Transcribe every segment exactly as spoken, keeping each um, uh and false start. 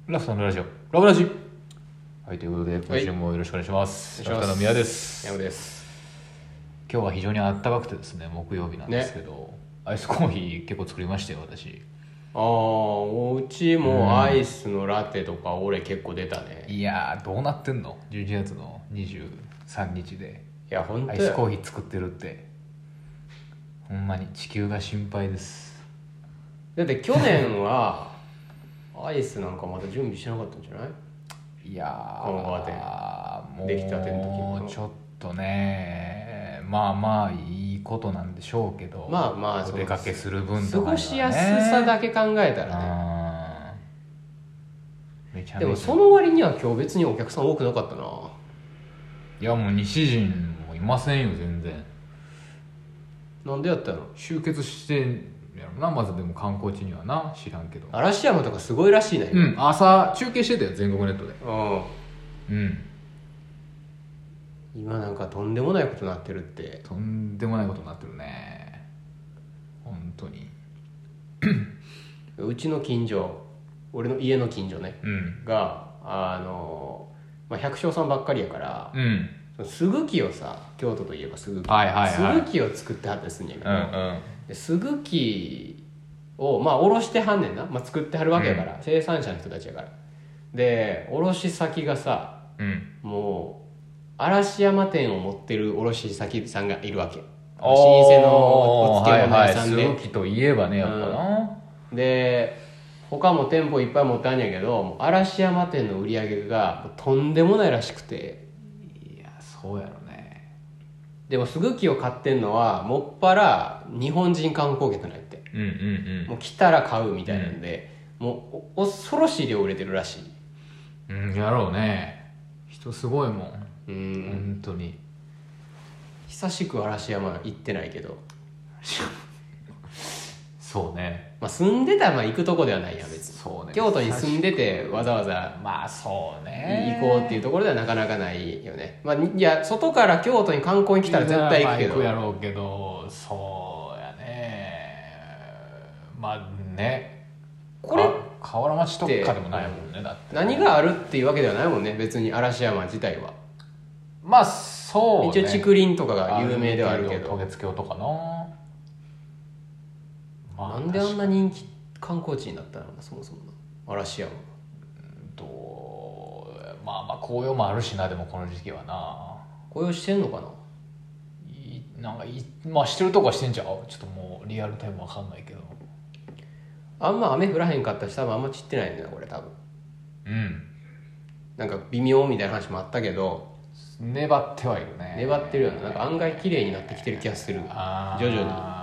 ラフさんのラジオラブラジ。はい、ということで今週もよろしくお願いします。 はい、 ラフターの宮です。 山です。 今日は非常に暖かくてですね、木曜日なんですけど、ね、アイスコーヒー結構作りましたよ私。 ああ、おうちもアイスのラテとか俺結構出たね。 いやーどうなってんの、じゅういちがつのにじゅうさんにちでいや本当アイスコーヒー作ってるって、ほんまに地球が心配です。 だって去年はアイスなんかまだ準備してなかったんじゃない？ いやーこのガーテンできたての時もうちょっとね、まあまあいいことなんでしょうけど、 まあまあお出かけする分とかに過はね、 ごしやすさだけ考えたらね。 めちゃめちゃでもその割には今日別にお客さん多くなかったな。 いやもう西陣もいませんよ全然。 なんでやったの？ 集結してんやろな、まず。でも観光地にはな、知らんけど。 嵐山とかすごいらしいね。 うん、朝中継してたよ全国ネットで。 うんうん、 今なんかとんでもないことになってるって。 とんでもないことになってるね本当に。 うちの近所、俺の家の近所ね、 うん、 があの、まあ、百姓さんばっかりやから、 うん、 すぐきをさ、京都といえばすぐき、 はいはいはい、 すぐきを作ってはったりすんねんけど、 うんうん、 ですぐきをまあおろしてはんねんな、まあ、作ってはるわけやから、うん、生産者の人たちやから。で卸先がさ、 うん、 もう嵐山店を持ってる卸先さんがいるわけ。老舗のお漬物屋さんで、 はいはい、すぐきといえばねやっぱな、 うん、で他も店舗いっぱい持ってあんやけど、嵐山店の売り上げがとんでもないらしくて。 いやそうやろね。 でもすぐきを買ってんのはもっぱら日本人観光客なんやって、 うんうんうん、 もう来たら買うみたいなんで、うん、もう恐ろしい量売れてるらしい。 うんやろうね、人すごいもん、 うん、 本当に。 久しく嵐山行ってないけどそうね、 まあ住んでたらまあ行くとこではないや別に。 そうね、 京都に住んでてわざわざまあそうね行こうっていうところではなかなかないよね。まあいや外から京都に観光に来たら絶対行くけど、 まあ、行くやろうけど、そうやね、まあね、 これ河原町とかでもないもんね。だって何があるっていうわけではないもんね別に嵐山自体は。 まあそうね、 一応竹林とかが有名ではあるけど、 渡月橋とかな、 まあ、なんであんな人気観光地になったのかなそもそもな嵐山。 とまあまあ紅葉もあるしな、でもこの時期はな。 紅葉してんのかないなんかいまあしてるとこはしてんちゃう、ちょっともうリアルタイムわかんないけど。 あんま雨降らへんかったし多分あんま散ってないんだよこれ多分。 うんなんか微妙みたいな話もあったけど、 粘ってはいるね。 粘ってるよね。なんか案外綺麗になってきてる気がする、徐々に。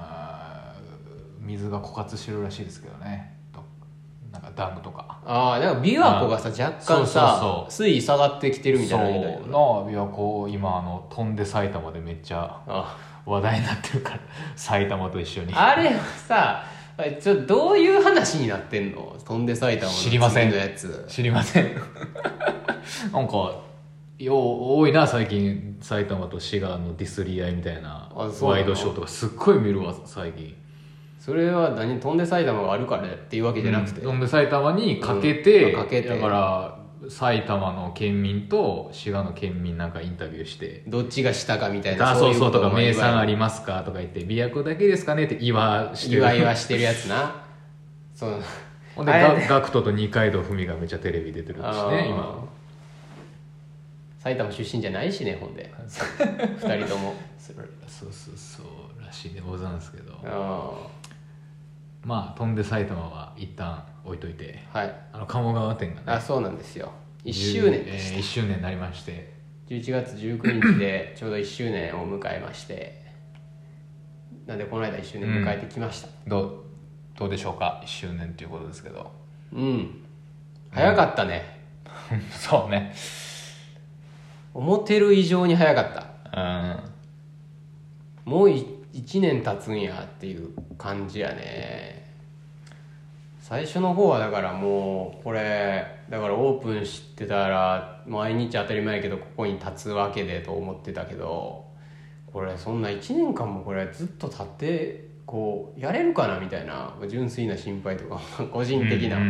水が枯渇してるらしいですけどね、なんかダムとか。 ああ、なんか琵琶湖がさ若干さ水位下がってきてるみたいなのだよそうな。琵琶湖今あの飛んで埼玉でめっちゃ話題になってるから埼玉と一緒に。 あれはさちょっとどういう話になってんの？飛んで埼玉の知りません次のやつ。 知りませんなんかよう多いな最近、埼玉と滋賀のディスり合いみたいなワイドショーとかすっごい見るわ最近。 それは何、飛んで埼玉があるからっていうわけじゃなくて、 うん、飛んで埼玉にかけて、 うん、かけてだから埼玉の県民と滋賀の県民なんかインタビューして、 どっちが下かみたいな。 あそうそうとか、 も名産ありますかとか言って、琵琶湖だけですかねって言わしてる、 言わ言わしてるやつな。そうほんでガクトと二階堂ふみがめっちゃテレビ出てるしね今。 埼玉出身じゃないしねほんでふたりともそうそうそうらしいでございますけど、 あまあ飛んで埼玉は一旦置いといて、 はい、 あの鴨川店がね、 あそうなんですよ、いっしゅうねんでした、 えー、いっしゅうねんになりまして、 じゅういちがつじゅうくにちでちょうどいっしゅうねんを迎えまして、なんでこの間いっしゅうねん迎えてきました、 うん、どうどうでしょうか、いっしゅうねんということですけど。 うん早かったね、 うん、そうね、 思ってる以上に早かった、 うん、 もういちねん経つんやっていう感じやね。最初の方はだからもうこれだからオープンしてたら毎日当たり前やけどここに立つわけでと思ってたけど、これそんないちねんかんもこれずっと立ってこうやれるかなみたいな純粋な心配とか個人的な、 うんうんうん、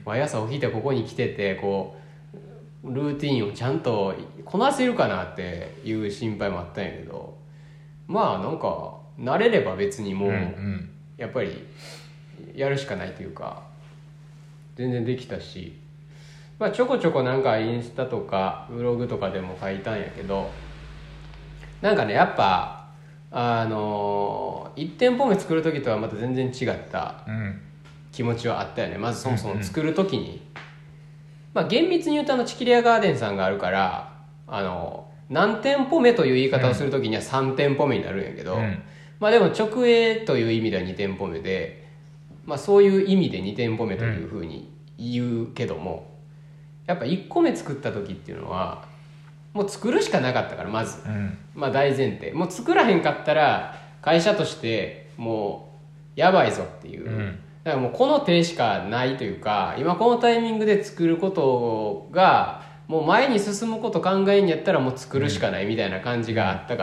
毎朝起きてここに来ててこうルーティンをちゃんとこなせるかなっていう心配もあったんやけど、まあなんか慣れれば別にもう、うんうん、やっぱりやるしかないというか全然できたし、まあ、ちょこちょこなんかインスタとかブログとかでも書いたんやけど、なんかねやっぱあのいち店舗目作る時とはまた全然違った気持ちはあったよね。まずそもそも作る時に、うんうん、まあ厳密に言うとあのチキレアガーデンさんがあるからあの何店舗目という言い方をする時にはさん店舗目になるんやけど、うん、まあでも直営という意味ではに店舗目で、まあそういう意味でに店舗目というふうに言うけども、やっぱいっこめ作った時っていうのはもう作るしかなかったからまず、うん、まあ大前提もう作らへんかったら会社としてもうやばいぞっていう、うん、だからもうこの手しかないというか、今このタイミングで作ることがもう前に進むこと考えんやったらもう作るしかないみたいな感じがあったから、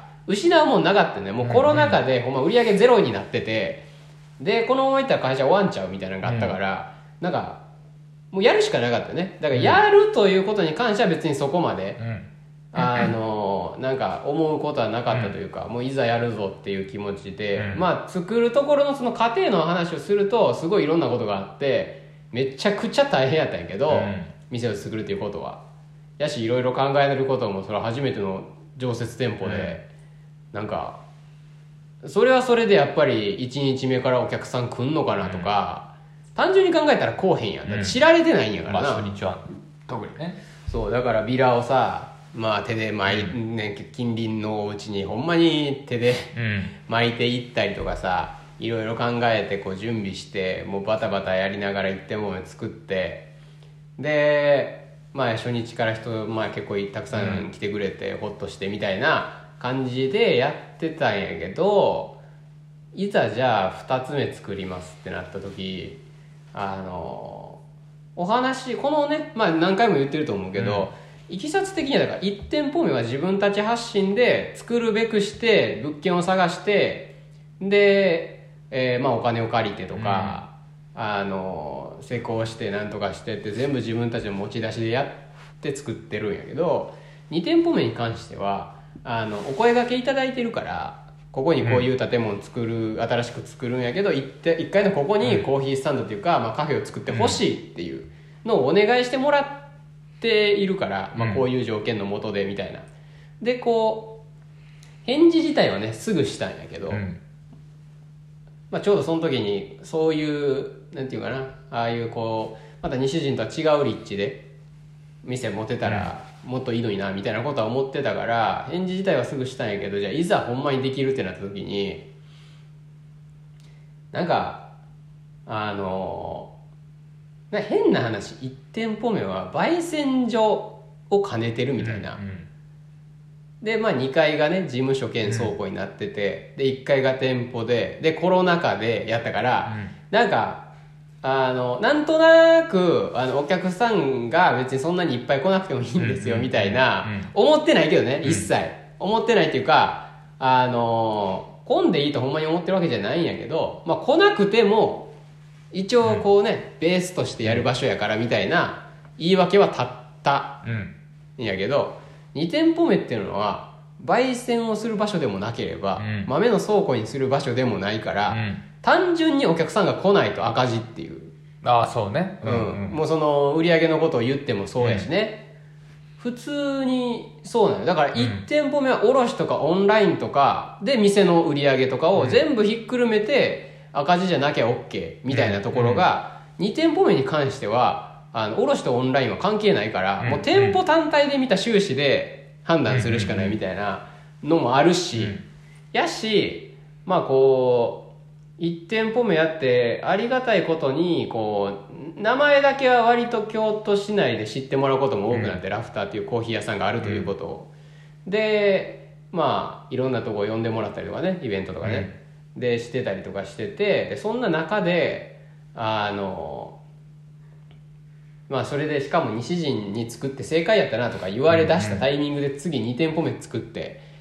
うん、失うもんなかったね。もうコロナ禍でほんま売り上げゼロになってて、でこのままいったら会社終わんちゃうみたいなのがあったから、うん、なんかもうやるしかなかったね。だからやるということに関しては別にそこまで、うん、あのなんか思うことはなかったというか、うん、もういざやるぞっていう気持ちで、うん、まあ作るところのその過程の話をするとすごいいろんなことがあってめちゃくちゃ大変やったんやけど、うん、店を作るっていうことはやし、いろいろ考えることもそれは初めての常設店舗で、うん、なんかそれはそれでやっぱりいちにちめからお客さん来んのかなとか、うん単純に考えたらこうへんやん。だって知られてないんやからな。 まあ、初日は特にね。 そうだからビラをさ、まあ手で巻い、うん、ね近隣のお家にほんまに手で、うん、巻いていったりとかさ、いろいろ考えてこう準備してもうバタバタやりながらいってんぽめ作って、でまあ初日から人まあ結構たくさん来てくれて、うん、ホッとしてみたいな感じでやってたんやけど、いざじゃあふたつめ作りますってなった時。あのお話このね、まあ、何回も言ってると思うけど、うん、いきさつ的にはだからいち店舗目は自分たち発信で作るべくして物件を探してで、えーまあ、お金を借りてとか、うん、あの施工してなんとかしてって全部自分たちの持ち出しでやって作ってるんやけど、に店舗目に関してはあのお声掛けいただいてるからここにこういう建物作る、うん、新しく作るんやけど一回のここにコーヒースタンドっていうか、まあ、カフェを作ってほしいっていうのをお願いしてもらっているから、まあ、こういう条件のもとでみたいなでこう返事自体はねすぐしたんやけど、うんまあ、ちょうどその時にそういうなんていうかなああいうこうまた西陣とは違う立地で店持てたら、うんもっといいのになみたいなことは思ってたから返事自体はすぐしたんやけど、じゃあいざほんまにできるってなった時になんかあのな変な話いち店舗目は焙煎所を兼ねてるみたいな、うんうん、でまあにかいがね事務所兼倉庫になってて、うん、でいっかいが店舗ででコロナ禍でやったから、うん、なんかあのなんとなくあのお客さんが別にそんなにいっぱい来なくてもいいんですよみたいな、うんうんうん、思ってないけどね一切、うん、思ってないっていうかあの混んでいいとほんまに思ってるわけじゃないんやけど、まあ、来なくても一応こうね、うん、ベースとしてやる場所やからみたいな言い訳は立ったんやけど、うん、に店舗目っていうのは焙煎をする場所でもなければ、うん、豆の倉庫にする場所でもないから、うん単純にお客さんが来ないと赤字っていう。 ああそうね、 うんうん、もうその売り上げのことを言ってもそうやしね、うん、普通にそうなのだからいち店舗目は卸とかオンラインとかで店の売り上げとかを全部ひっくるめて赤字じゃなきゃ OK みたいなところがに店舗目に関してはあの卸とオンラインは関係ないから、うん、もう店舗単体で見た収支で判断するしかないみたいなのもあるし、うん、やしまあこういち店舗目やってありがたいことにこう名前だけは割と京都市内で知ってもらうことも多くなって、うん、ラフターっていうコーヒー屋さんがあるということを、うん、でまあいろんなとこ呼んでもらったりとかねイベントとかね、うん、でしてたりとかしててでそんな中であのまあそれでしかも西陣に作って正解やったなとか言われ出したタイミングで次に店舗目作って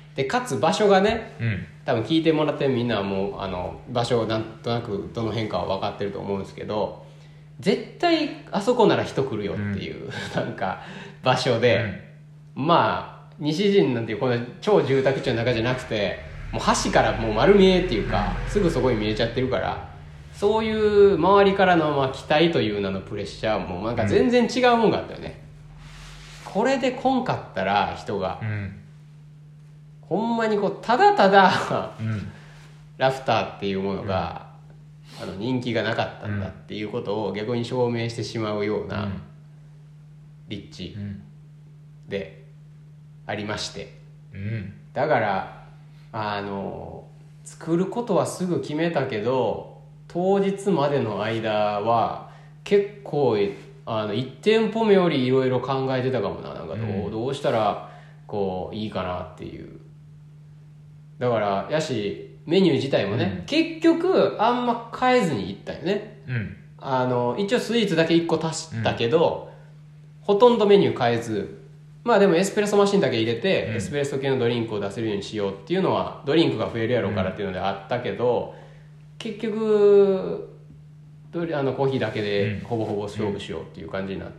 でかつ場所がね、 うん多分聞いてもらってるみんなはもうあの場所なんとなくどの辺かは分かってると思うんですけど、絶対あそこなら人来るよっていう、うん、なんか場所で、うん、まあ西陣なんていうこの超住宅地の中じゃなくてもう橋からもう丸見えっていうか、うん、すぐそこに見えちゃってるから、そういう周りからのまあ期待という名のプレッシャーもなんか全然違うもんがあったよね、うん、これで来んかったら人が、うん、ほんまにこうただただ、うん、ラフターっていうものが、うん、あの人気がなかったんだっていうことを逆に証明してしまうような立地でありまして、うん、だからあの作ることはすぐ決めたけど当日までの間は結構あのいち店舗目よりいろいろ考えてたかもな。なんかどう、うん、どうしたらこういいかなっていう。だからやしメニュー自体もね、うん、結局あんま変えずにいったよね、うん、あの一応スイーツだけいっこ足したけど、うん、ほとんどメニュー変えず、まあでもエスプレッソマシンだけ入れて、うん、エスプレッソ系のドリンクを出せるようにしようっていうのはドリンクが増えるやろうからっていうのであったけど、うん、結局あのコーヒーだけでほぼほぼ勝負しようっていう感じになって、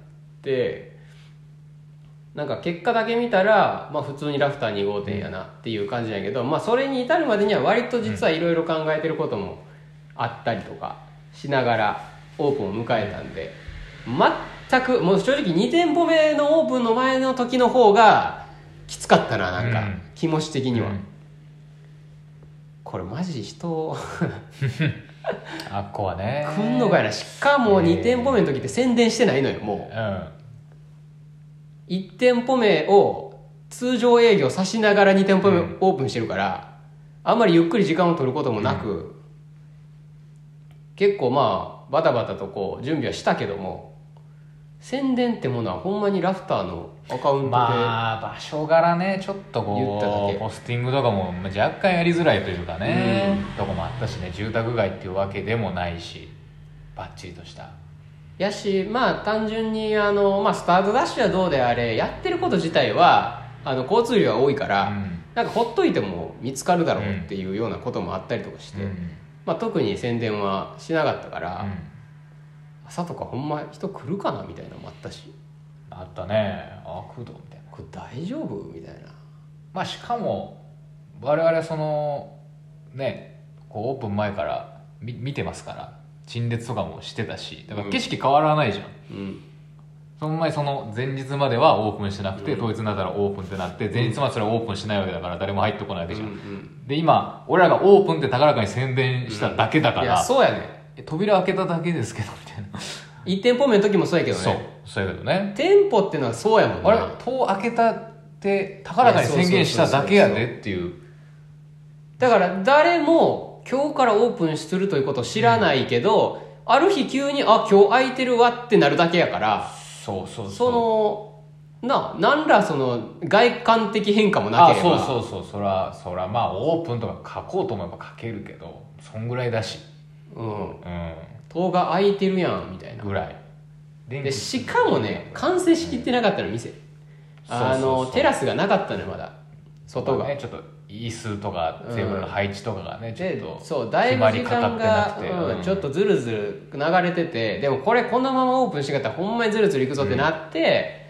なんか結果だけ見たら、まあ、普通にラフターに号店やなっていう感じやけど、まあ、それに至るまでには割と実はいろいろ考えてることもあったりとかしながらオープンを迎えたんで、全くもう正直に店舗目のオープンの前の時の方がきつかったな、なんか気持ち的には、うん、これマジ人あっこはね来んのかやな。しかもに店舗目の時って宣伝してないのよもう、うんいち店舗目を通常営業さしながらに店舗目オープンしてるから、うん、あんまりゆっくり時間を取ることもなく、うん、結構まあバタバタとこう準備はしたけども、宣伝ってものはほんまにラフターのアカウントで、 まあ場所柄ねちょっとこうポスティングとかも若干やりづらいというかね、うん、とこもあったしね、住宅街っていうわけでもないしバッチリとしたやし、まあ単純にあの、まあ、スタートダッシュはどうであれやってること自体はあの交通量が多いから、うん、なんかほっといても見つかるだろうっていうようなこともあったりとかして、うん、まあ、特に宣伝はしなかったから、うん、朝とかほんま人来るかなみたいなのもあったし、 あったね、あ来るみたいな、 これ大丈夫みたいな。 まあしかも我々そのねこうオープン前から見見てますから陳列とかもしてたし、だから景色変わらないじゃん、うん、その前その前日まではオープンしてなくて、うん、当日になったらオープンってなって、前日までそれはオープンしないわけだから誰も入ってこないわけじゃん、うんうん、で今俺らがオープンって高らかに宣伝しただけだから、うん、いやそうやね、 扉開けただけですけどみたいないち店舗目の時もそうやけどね、 そうそうやけどね、 店舗っていうのはそうやもんね、 あれ戸開けたって高らかに宣言しただけやでっていう、 だから誰も今日からオープンするということを知らないけど、うん、ある日急にあ今日空いてるわってなるだけやから、 そうそうそう、 そのな何らその外観的変化もなければ、 あそうそうそう、そらそらまあオープンとか書こうと思えば書けるけどそんぐらいだし、うん、うん、 戸が開いてるやんみたいなぐらいで、しかもね完成しきってなかったの店、うん、あのそうそうそうテラスがなかったのよまだ外が、 ね、ちょっと椅子とかテーブルの配置とかがね、うん、ちょっとそうだいぶ時間が、うん、ちょっとずるずる流れてて、でもこれこのままオープンしてかったらほんまにずるずるいくぞってなって、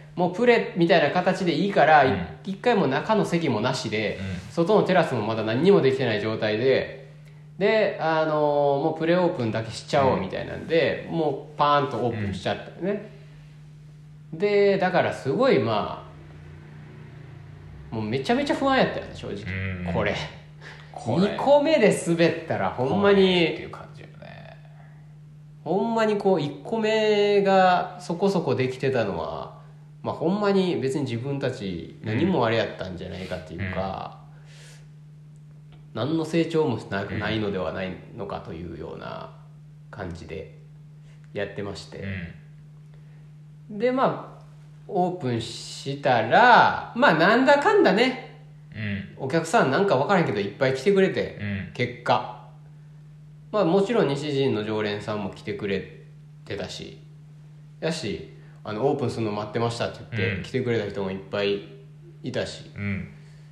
うん、もうプレみたいな形でいいから、うん、一回も中の席もなしで、うん、外のテラスもまだ何にもできてない状態でで、あのー、もうプレオープンだけしちゃおうみたいなんで、うん、もうパーンとオープンしちゃったよね、うん、でだからすごいまあもうめちゃめちゃ不安やったよね正直、うん、これこれにこめで滑ったらほんまにっていう感じよね。ほんまにこういっこめがそこそこできてたのはまあほんまに別に自分たち何もあれやったんじゃないかっていうか、うん、何の成長もなくないのではないのかというような感じでやってまして、うん、でまあオープンしたらまあなんだかんだね、うん、お客さんなんか分からんけどいっぱい来てくれて、うん、結果まあもちろん西陣の常連さんも来てくれてたしやしあのオープンするの待ってましたって言って、うん、来てくれた人もいっぱいいたし、うん、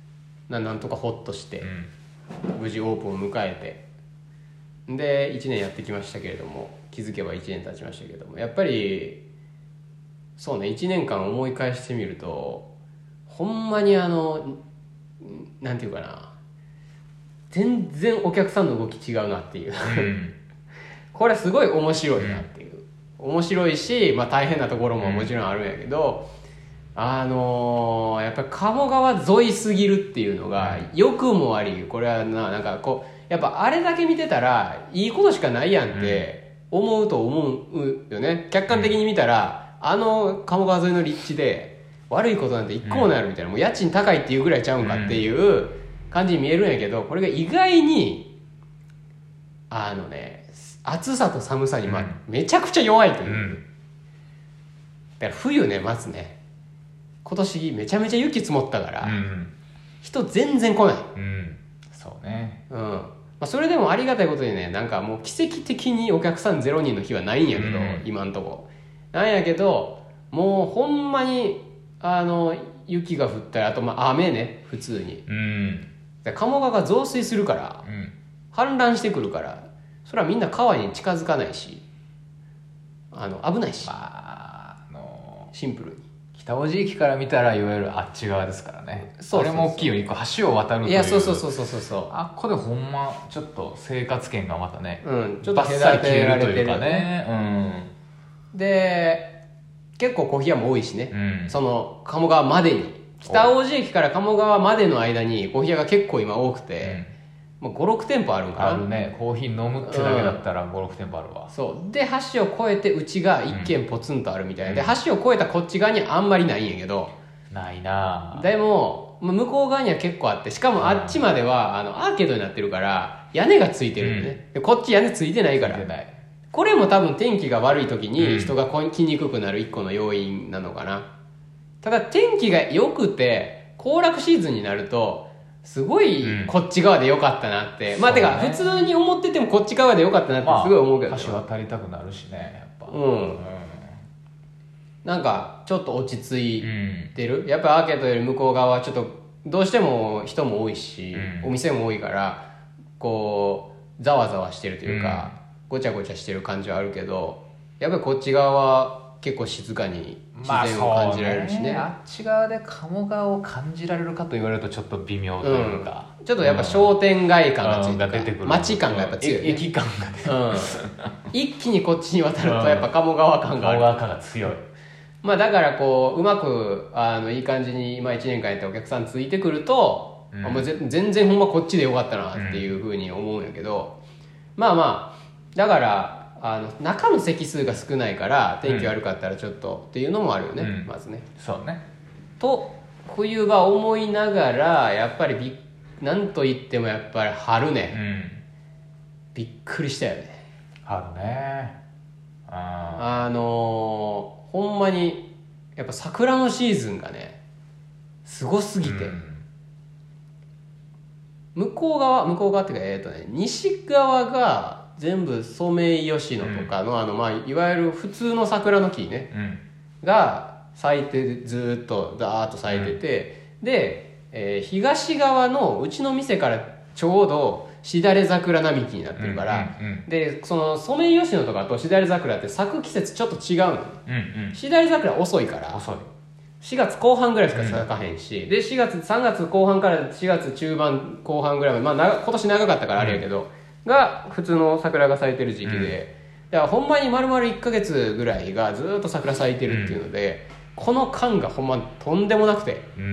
な, なんとかホッとして、 うん、 無事オープンを迎えて、でいちねんやってきましたけれども、気づけばいちねん経ちましたけれども、やっぱりそうね、いちねんかん思い返してみるとほんまにあのなんていうかな、全然お客さんの動き違うなっていう、うん、これすごい面白いなっていう、うん、面白いし、まあ、大変なところももちろんあるんやけど、うん、あのー、やっぱり鴨川沿いすぎるっていうのが良くもあり、これはな、なんかこうやっぱあれだけ見てたらいいことしかないやんって思うと思うよね。客観的に見たらあの鴨川沿いの立地で悪いことなんて一個もないみたいな、もう家賃高いっていうぐらいちゃうんかっていう感じに見えるんやけど、これが意外にあのね、暑さと寒さにまあめちゃくちゃ弱いという、うん、だから冬ね、まずね、今年めちゃめちゃ雪積もったから、うん、人全然来ない、 うん、そうね、 うん、まあ、それでもありがたいことにね、なんかもう奇跡的にお客さんゼロにんの日はないんやけど、うん、今んとこなんやけど、もうほんまにあの雪が降ったり、あとまあ雨ね、普通に、うん、鴨川が増水するから、うん、氾濫してくるから、それはみんな川に近づかないし、あの危ないし、まあ、あのシンプルに北大路駅から見たらいわゆるあっち側ですからね。そうそうそう、あれも大きいよ、一個橋を渡るという。 いや、そうそうそうそうそうそう、 あっこでほんまちょっと生活圏がまたね、 うん、ちょっと隔てられてるというかね、うん、で結構コーヒー屋も多いしね、うん、その鴨川までに、北大路駅から鴨川までの間にコーヒー屋が結構今多くて、うん、もうごろくてんぽあるんかな。 あるね、コーヒー飲むってだけだったらごろくてんぽあるわ、 うん、そうで橋を越えてうちがいっけんポツンとあるみたいな、うん、で橋を越えたこっち側にあんまりないんやけど、 ないな。 でも向こう側には結構あって、しかもあっちまではあのアーケードになってるから屋根がついてるんでね、うん、でこっち屋根ついてないから、これも多分天気が悪い時に人が来にくくなる一個の要因なのかな。ただ天気が良くて行楽シーズンになるとすごいこっち側で良かったなって、うん、まあてか普通に思っててもこっち側で良かったなってすごい思うけど、 まあ、橋渡りたくなるしね、やっぱ、 うん、うん、なんかちょっと落ち着いてる、うん、やっぱアーケードより向こう側はちょっとどうしても人も多いし、うん、お店も多いからこうざわざわしてるというか、うん、ごちゃごちゃしてる感じはあるけど、やっぱりこっち側は結構静かに自然を感じられるしね、 まあ、あっち側で鴨川を感じられるかと言われるとちょっと微妙というか、 うん、ちょっとやっぱ商店街感が強いとか、うん、出てくる街感がやっぱ強い、ね、 駅感が出てくる、 うん、一気にこっちに渡るとやっぱ鴨川感がある、 鴨川感が強い。 まあだからこううまくあのいい感じに今いちねんかんやってお客さんついてくると、うん、もう全然ほんまこっちでよかったなっていうふうに思うんやけど、うん、まあまあだからあの中の席数が少ないから天気悪かったらちょっとっていうのもあるよね、うん、まずね。 そうね。 と冬は思いながらやっぱりびなんといってもやっぱり春ね、うん、びっくりしたよね。 春ね。 ああのー、ほんまにやっぱ桜のシーズンがねすごすぎて、うん、向こう側向こう側っていうかえっとね西側が全部ソメイヨシノとかの、うん、あのまあいわゆる普通の桜の木ね、うん、が咲いてずっとダーッと咲いてて、うん、で、えー、東側のうちの店からちょうどしだれ桜並木になってるから、うんうんうん、でそのソメイヨシノとかとしだれ桜って咲く季節ちょっと違うの、うんうん、しだれ桜遅いから遅いしがつこう半ぐらいしか咲かへんし、うん、でしがつさんがつこう半からしがつ中盤後半ぐらいまで、まあ、今年長かったからあれやけど、うん、が普通の桜が咲いてる時期で、うん、だからほんまに丸々いっかげつぐらいがずっと桜咲いてるっていうので、うん、この間がほんまとんでもなくて、うん、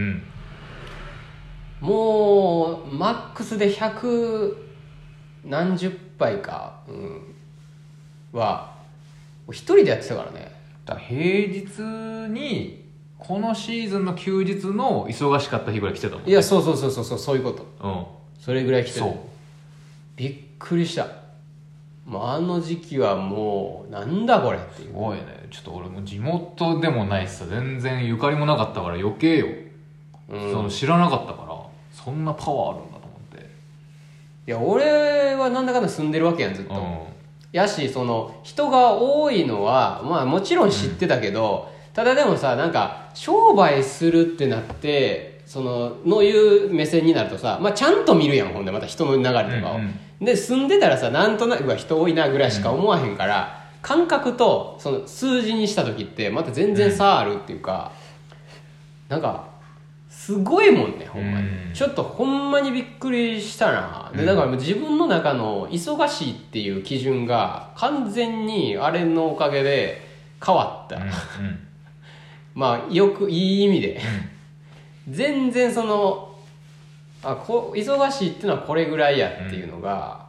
もうマックスでひゃく何十杯か、うん、は一人でやってたからね。 だから平日にこのシーズンの休日の忙しかった日ぐらい来てたもんね。 いやそうそうそうそうそういうこと、うん、それぐらい来てた。びっくりした。もうあの時期はもうなんだこれっていう。 すごいね。ちょっと俺も地元でもないしさ、全然ゆかりもなかったから余計よ、うん、その知らなかったからそんなパワーあるんだと思って。 いや俺はなんだかんだ住んでるわけやんずっと、うん、やしその人が多いのはまあもちろん知ってたけど、うん、ただでもさなんか商売するってなってそののいう目線になるとさ、まあ、ちゃんと見るやん。ほんでまた人の流れとかを、うんうん、で住んでたらさ、なんとなく人多いなぐらいしか思わへんから、うん、感覚とその数字にした時ってまた全然差あるっていうか、うん、なんかすごいもんねほんまに、うん、ちょっとほんまにびっくりしたな。でだから自分の中の忙しいっていう基準が完全にあれのおかげで変わった、うんうん、まあよくいい意味で、うん、全然そのあこ忙しいっていうのはこれぐらいやっていうのが、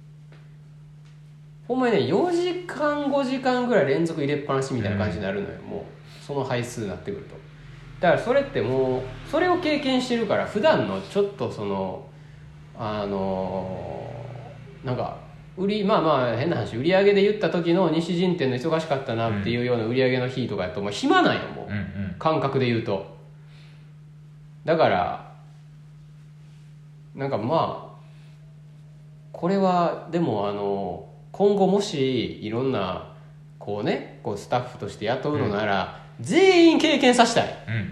うん、ほんまにねよじかんごじかんぐらい連続入れっぱなしみたいな感じになるのよ、うん、もうその配数になってくると。だからそれってもうそれを経験してるから、普段のちょっとそのあのー、なんか売りまあまあ変な話、売り上げで言った時の西陣店の忙しかったなっていうような売り上げの日とかやともう暇なんよもう、うんうん、感覚で言うと。だからなんかまあこれはでもあの今後もしいろんなこうねこうスタッフとして雇うのなら、うん、全員経験させたい、うんうんうん、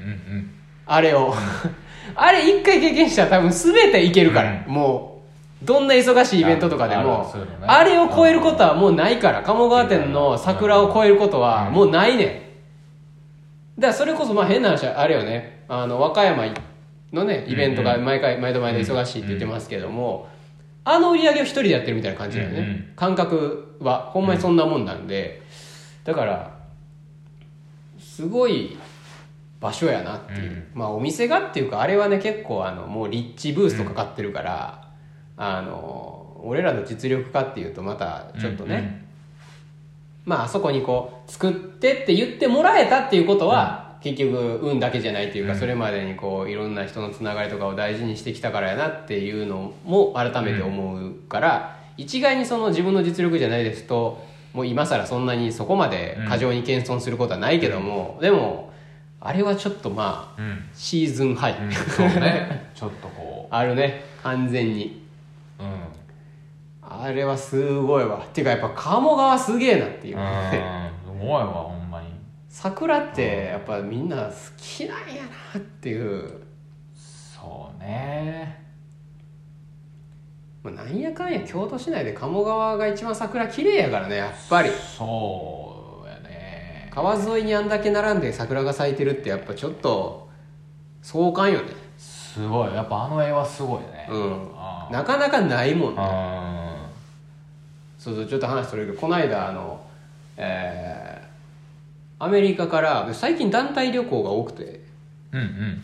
あれをあれ一回経験したら多分全ていけるから、うん、もうどんな忙しいイベントとかでも あ, あ, ね、あれを超えることはもうないから、鴨川店の桜を超えることはもうないねん。だからそれこそまあ変な話あれよね、あの和歌山のねイベントが毎回毎度毎度忙しいって言ってますけども、あの売り上げを一人でやってるみたいな感じだよね、うんうん、感覚はほんまにそんなもんなんで、だからすごい場所やなっていう、うん、まあお店がっていうかあれはね結構あのもうリッチブーストかかってるから、うん、あの俺らの実力かっていうとまたちょっとね、うんうん、まああそこにこう作ってって言ってもらえたっていうことは、うん、結局運だけじゃないっていうか、うん、それまでにこういろんな人のつながりとかを大事にしてきたからやなっていうのも改めて思うから、うん、一概にその自分の実力じゃないですともう今更そんなにそこまで過剰に謙遜することはないけども、うん、でもあれはちょっとまあ、うん、シーズンハイ、うん、 そうねちょっとこうあるね完全に、うん、あれはすごいわっていうかやっぱ鴨川すげえなっていう、ね、 うんすごいわほんまに。 桜ってやっぱみんな好きなんやなっていう。 そうね、 まあ、なんやかんや京都市内で鴨川が一番桜綺麗やからねやっぱり。 そうやね、 川沿いにあんだけ並んで桜が咲いてるってやっぱちょっと壮観よね。 すごいやっぱあの絵はすごいね、 うん、なかなかないもんね。そうそうちょっと話それるけどこの間あのえーアメリカから最近団体旅行が多くて、うんうん、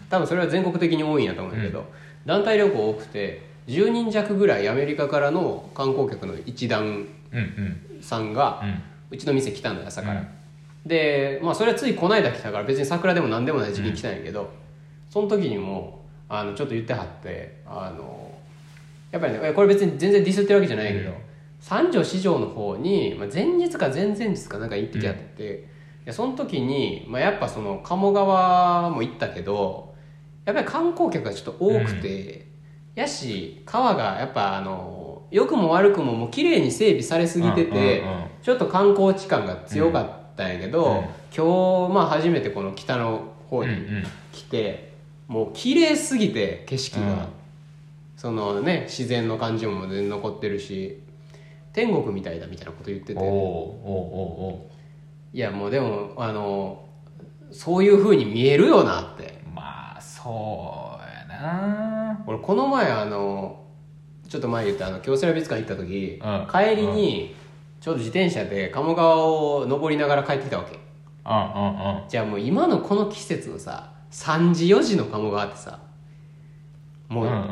多分それは全国的に多いんやと思うんだけど、うん、団体旅行多くてじゅうにん弱ぐらいアメリカからの観光客の一団さんがうちの店来たのよ朝から、うん、で、まあ、それはついこないだ来たから別に桜でも何でもない時期に来たんやけど、うん、その時にもあのちょっと言ってはってあのやっぱりねこれ別に全然ディスってるわけじゃないけど、うん、三条四条の方に、まあ、前日か前々日かなんか行ってきはって、うんその時に、まあ、やっぱその鴨川も行ったけどやっぱり観光客がちょっと多くて、うん、やし川がやっぱあの良くも悪くももう綺麗に整備されすぎてて、うんうんうん、ちょっと観光地感が強かったんやけど、うん、今日まあ初めてこの北の方に来て、うんうん、もう綺麗すぎて景色が、うん、そのね自然の感じも全然残ってるし天国みたいだみたいなこと言ってて、おーおーおーいやもうでもあのそういう風に見えるよなって。 まあそうやな。 俺この前あのちょっと前言ったあの京セラ美術館行った時、うん、帰りにちょうど自転車で鴨川を登りながら帰ってきたわけ、うんうんうん、じゃあもう今のこの季節のささんじよじの鴨川ってさもう、うんうんうん、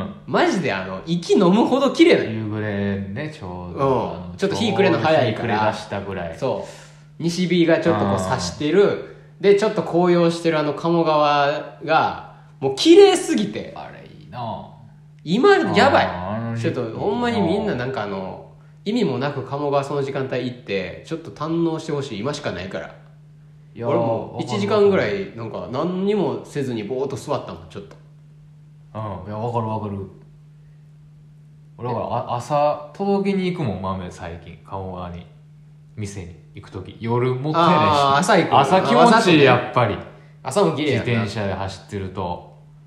マジであの息飲むほど綺麗な夕暮れねちょうど、 うん、ちょっと日暮れの早いから日暮れ出したぐらいそう西日がちょっとこう差してるでちょっと紅葉してるあの鴨川がもう綺麗すぎてあれいいな今やばいちょっとほんまにみんななんかあの意味もなく鴨川その時間帯行ってちょっと堪能してほしい今しかないから。いや俺もいちじかんぐらいなんか何にもせずにぼーっと座ったもんちょっと。 うんいや分かる分かる。俺は朝届けに行くもん豆最近鴨川に店に行くとき夜もったいないし朝行く朝気持ちいいやっぱり朝も綺麗やな自転車で走ってると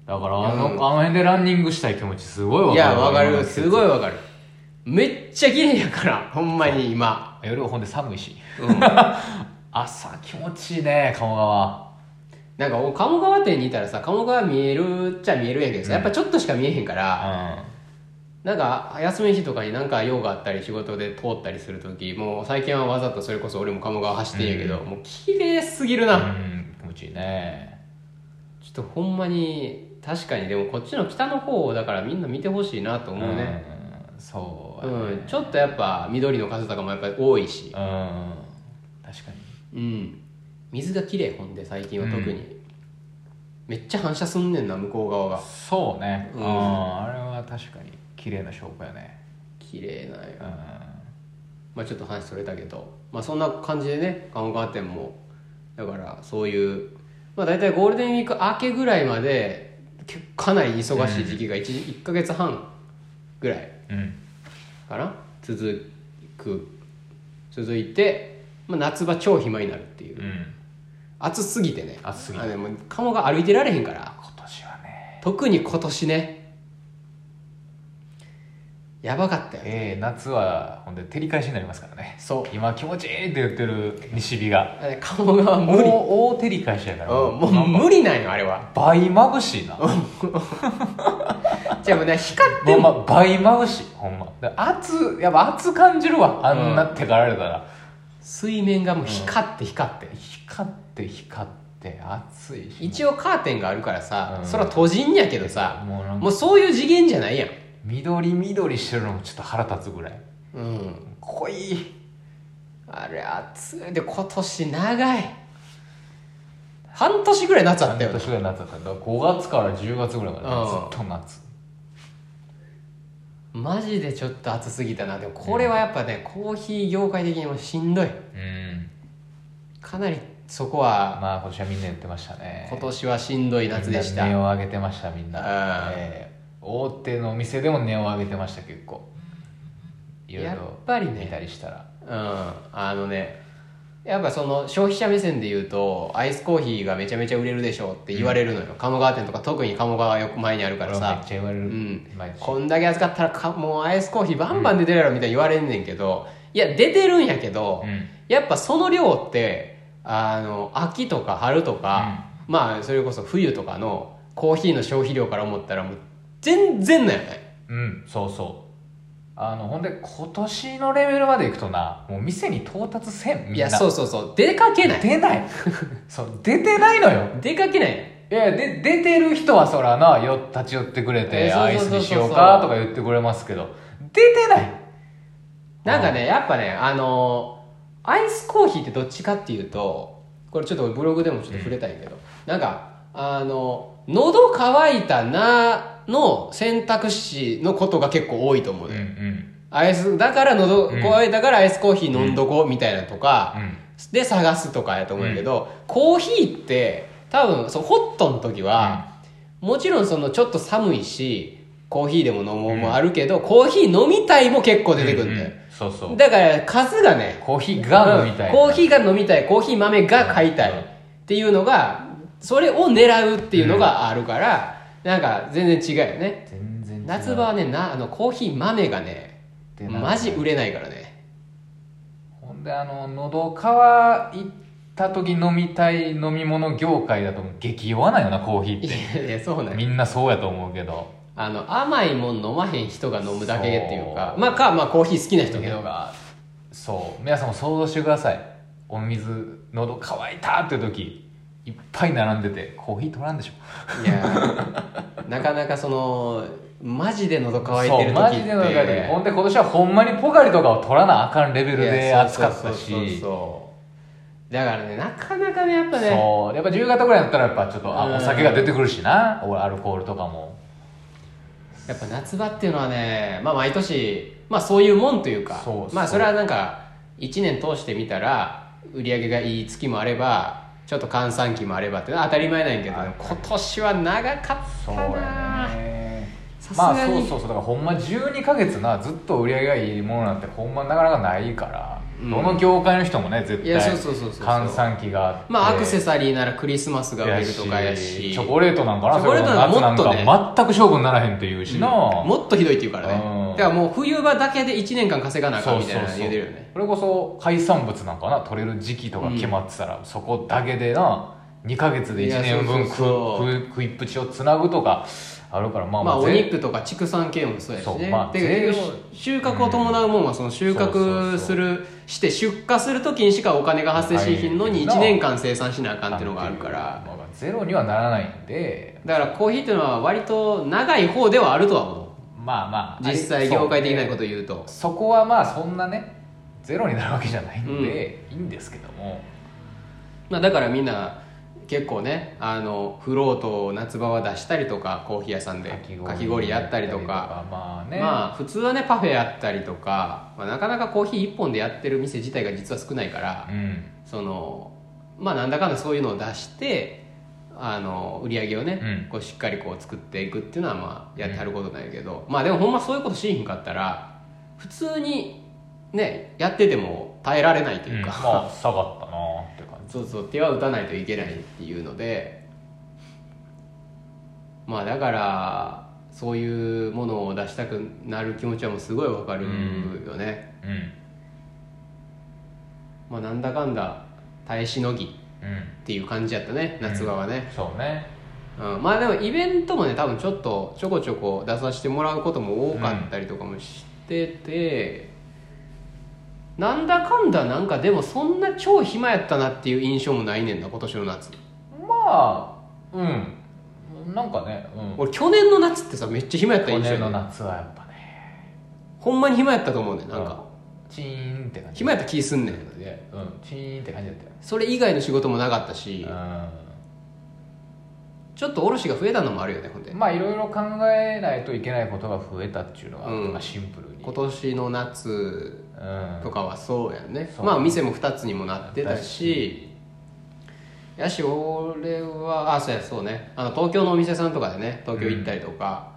だからあの、うん、あの辺でランニングしたい気持ちすごいわかる。 いやわかる、すごいわかる。めっちゃ綺麗やからほんまに今。 夜ほんで寒いし、うん、朝気持ちいいね鴨川。 なんか鴨川店にいたらさ、鴨川見えるっちゃ見えるんやけどさ、うん、やっぱちょっとしか見えへんから、うん、なんか休み日とかになんか用があったり仕事で通ったりするとき、もう最近はわざとそれこそ俺も鴨川走ってんやけど、うん、もう綺麗すぎるな、うん、 気持ちいいね。 ちょっとほんまに確かに。でもこっちの北の方だからみんな見てほしいなと思うね、 うん、そう、 ね、うん、ちょっとやっぱ緑の数とかもやっぱり多いし、うん、 確かに、うん、水が綺麗。ほんで最近は特に、うん、めっちゃ反射すんねんな向こう側が。 そうね、うん、あ, あれは確かに綺麗な証拠やね。 綺麗なんよ、うん、まあちょっと話それたけど、まあそんな感じでね、鴨川店もだからそういうまあ大体ゴールデンウィーク明けぐらいまでかなり忙しい時期が 1, いっかげつはんぐらいかな、うん、続く続いて、まあ、夏場超暇になるっていう、うん、暑すぎてね。 暑すぎて、 あでも鴨が歩いてられへんから。 今年はね、 特に今年ねやばかったよ、ね。 えー、夏はほんで照り返しになりますからね。 そう今気持ちいいって言ってる西日が鴨川無理、 大照り返しやから、 うん、もう無理なんよあれは。 倍眩しいなじゃあもうね光っても、 まあ、倍眩しいほんま。熱やっぱ熱感じるわ、あんな手がられたら、うん、 水面がもう光って光って、うん、 光って光って熱いし、 一応カーテンがあるからさ、うん、それは閉じんやけどさ、もう、もうそういう次元じゃないやん。 緑緑してるのもちょっと腹立つぐらい、 うん、濃い。あれ暑い。で今年長い、半年ぐらい夏あったよ。 半年ぐらい夏あった。だからごがつからじゅうがつぐらいまでずっと夏、 うん、マジでちょっと暑すぎたな。でもこれはやっぱね、うん、コーヒー業界的にもしんどい、うん、かなりそこは。 まあ今年はみんな言ってましたね。 今年はしんどい夏でした。 値を上げてましたみんな、えー大手の店でも値を上げてました。結構いろいろやっぱりね見たりしたら、 うん、あのねやっぱその消費者目線で言うとアイスコーヒーがめちゃめちゃ売れるでしょって言われるのよ、うん、鴨川店とか特に鴨川よく前にあるからさ、 めっちゃ言われる、うん、 こんだけ安かったらかもうアイスコーヒーバンバン出てるやろみたいに言われんねんけど、うん、いや出てるんやけど、うん、やっぱその量ってあの秋とか春とか、うん、まあそれこそ冬とかのコーヒーの消費量から思ったらもう全然だよね。 うん、そうそう。あのほんで今年のレベルまでいくとな、もう店に到達せんみんな。 いやそうそうそう、出かけない。 出ないそう出てないのよ。 出かけない。 いやで出てる人はそらなよ立ち寄ってくれて、えー、アイスにしようかとか言ってくれますけど、出てない。 なんかねやっぱねあのアイスコーヒーってどっちかっていうと、これちょっとブログでもちょっと触れたいけど、うん、なんかあの喉乾いたなの選択肢のことが結構多いと思うね、うんうん、アイスだから喉乾いたからアイスコーヒー飲んどこうみたいなとか、うん、で探すとかやと思うけど、うん、コーヒーって多分そうホットの時は、うん、もちろんそのちょっと寒いしコーヒーでも飲もうもあるけど、うん、コーヒー飲みたいも結構出てくるんだよ、うんうん、 そうそう。 だから数がねコーヒーが飲みたい、 コーヒーが飲みたい、コーヒー豆が買いたいっていうのがそれを狙うっていうのがあるから、うん、なんか全然違うよね。 全然違う。 夏場はねなあのコーヒー豆がねマジ売れないからね。 ほんであの喉乾いた時飲みたい飲み物業界だと激弱なんよなコーヒーって。 いやいやそうなんみんなそうやと思うけど、 あの甘いもん飲まへん人が飲むだけっていうか、まあかまあコーヒー好きな人が、そう皆さんも想像してください。お水喉乾いたっていう時いっぱい並んでてコーヒー取らんでしょ。 いやなかなかそのマジで喉乾いてる時って、マジで喉乾いてる。 ほんで今年はほんまにポカリとかを取らなあかんレベルで暑かったし、そうそうそうそうだからねなかなかねやっぱね、 そうやっぱじゅうがつぐらいだったらやっぱちょっとあお酒が出てくるしな、アルコールとかもやっぱ夏場っていうのはね、まあ毎年まあそういうもんというか、そうそうまあそれはなんかいちねん通してみたら売り上げがいい月もあればちょっと閑散期もあればって当たり前なんやけど、今年は長かったな。さすがにまあそうそうそうだからほんまじゅうにかげつなずっと売り上げがいいものなんてほんまなかなかないから、 うん、どの業界の人もね絶対閑散期があって、 まあアクセサリーならクリスマスが売れるとかやし、 チョコレートなんかな、チョコレートなんかもっとね、全く勝負にならへんっていうしな、うん、 もっとひどいっていうからね、うん、だからもう冬場だけでいちねんかん稼がなあかんみたいなの言うてるよね。 それこそ海産物なんかな、取れる時期とか決まってたら、うん、そこだけでなにかげつでいちねんぶん食いっぷちをつなぐとかあるから、まあまあ、 まあ、お肉とか畜産系もそうやしね、まあ、で収穫を伴うもんはその収穫するして出荷するときにしかお金が発生しひんのにいちねんかん生産しなあかんっていうのがあるから、 ゼロにはならないんで、 だからコーヒーっていうのは割と長い方ではあるとは思う。 まあまあ実際業界的なことを言うとそ, そこはまあそんなねゼロになるわけじゃないんで、うん、いいんですけども、 まあ、だからみんな結構ね、あのフロートを夏場は出したりとか、コーヒー屋さんでかき氷やったりとか、まあね、まあ普通はねパフェやったりとか、まあ、なかなかコーヒー一本でやってる店自体が実は少ないから、うん、そのまあなんだかんだそういうのを出してあの売り上げをね、うん、こうしっかりこう作っていくっていうのはまあやってはることなんやけど、うん、まあでもほんまそういうことしひんかったら普通にねやってても耐えられないというか、 うん、まあ下がったなって感じ。 そうそう、手は打たないといけないっていうので、まあだからそういうものを出したくなる気持ちはもうすごいわかるよね、うんうん、まあなんだかんだ耐えしのぎっていう感じやったね、うん、夏場はね、 うん、そうね、 うん、まあでもイベントもね多分ちょっとちょこちょこ出させてもらうことも多かったりとかもしてて、うん、なんだかんだなんかでもそんな超暇やったなっていう印象もないねんな今年の夏。 まあうんなんかね、うん、 俺去年の夏ってさめっちゃ暇やった印象やね。 去年の夏はやっぱねほんまに暇やったと思うねん、なんか、うん、 チーンって感じ暇やった気すんねん、うん、 チーンって感じだったよ。 それ以外の仕事もなかったし、うん、ちょっと卸が増えたのもあるよね。ほんでまあいろいろ考えないといけないことが増えたっていうのが、うん、シンプルに今年の夏とかはそうやんね、うん、まあ店もふたつにもなってたし、やし俺はあそうやそうねあの東京のお店さんとかでね東京行ったりとか、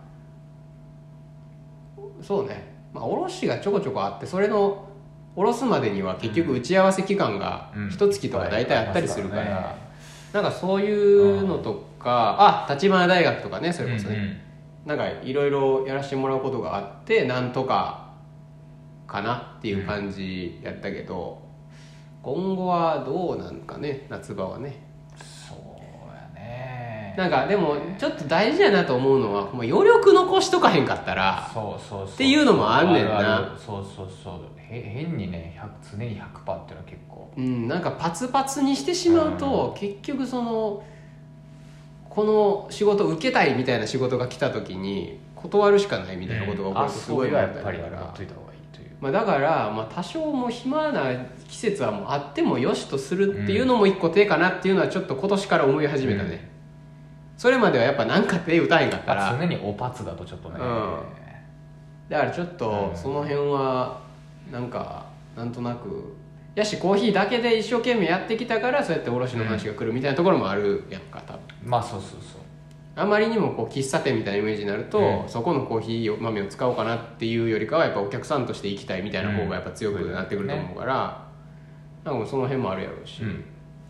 うん、そうねまあ卸がちょこちょこあって、それの卸すまでには結局打ち合わせ期間が一月とか大体あったりするから、うんうんね、なんかそういうのとか、あ、立花大学とかねそれこそね、うんうん、なんかいろいろやらせてもらうことがあってなんとかかなっていう感じやったけど、うん、今後はどうなんかね夏場はね。 そうやね。 なんかでもちょっと大事やなと思うのは、もう余力残しとかへんかったらそうそうそうっていうのもあんねんな。 あるあるそうそうそう変にね常に ひゃくパーセント っていうのは結構うんなんかパツパツにしてしまうと、うん、結局そのこの仕事受けたいみたいな仕事が来た時に断るしかないみたいなことが起こるとすごい問題だから、まあだからまあ多少も暇な季節はもうあってもよしとするっていうのも一個手かなっていうのはちょっと今年から思い始めたね、うん、それまではやっぱ何か手打たへんかったら常におパツだとちょっとね、うん、 だからちょっとその辺はなんかなんとなくやしコーヒーだけで一生懸命やってきたからそうやって卸の話が来るみたいなところもあるやんか多分。 まあそうそうそうあまりにもこう喫茶店みたいなイメージになると、うん、そこのコーヒー豆を使おうかなっていうよりかはやっぱお客さんとして行きたいみたいな方がやっぱ強くなってくると思うから、うん、なんかその辺もあるやろうし、うん、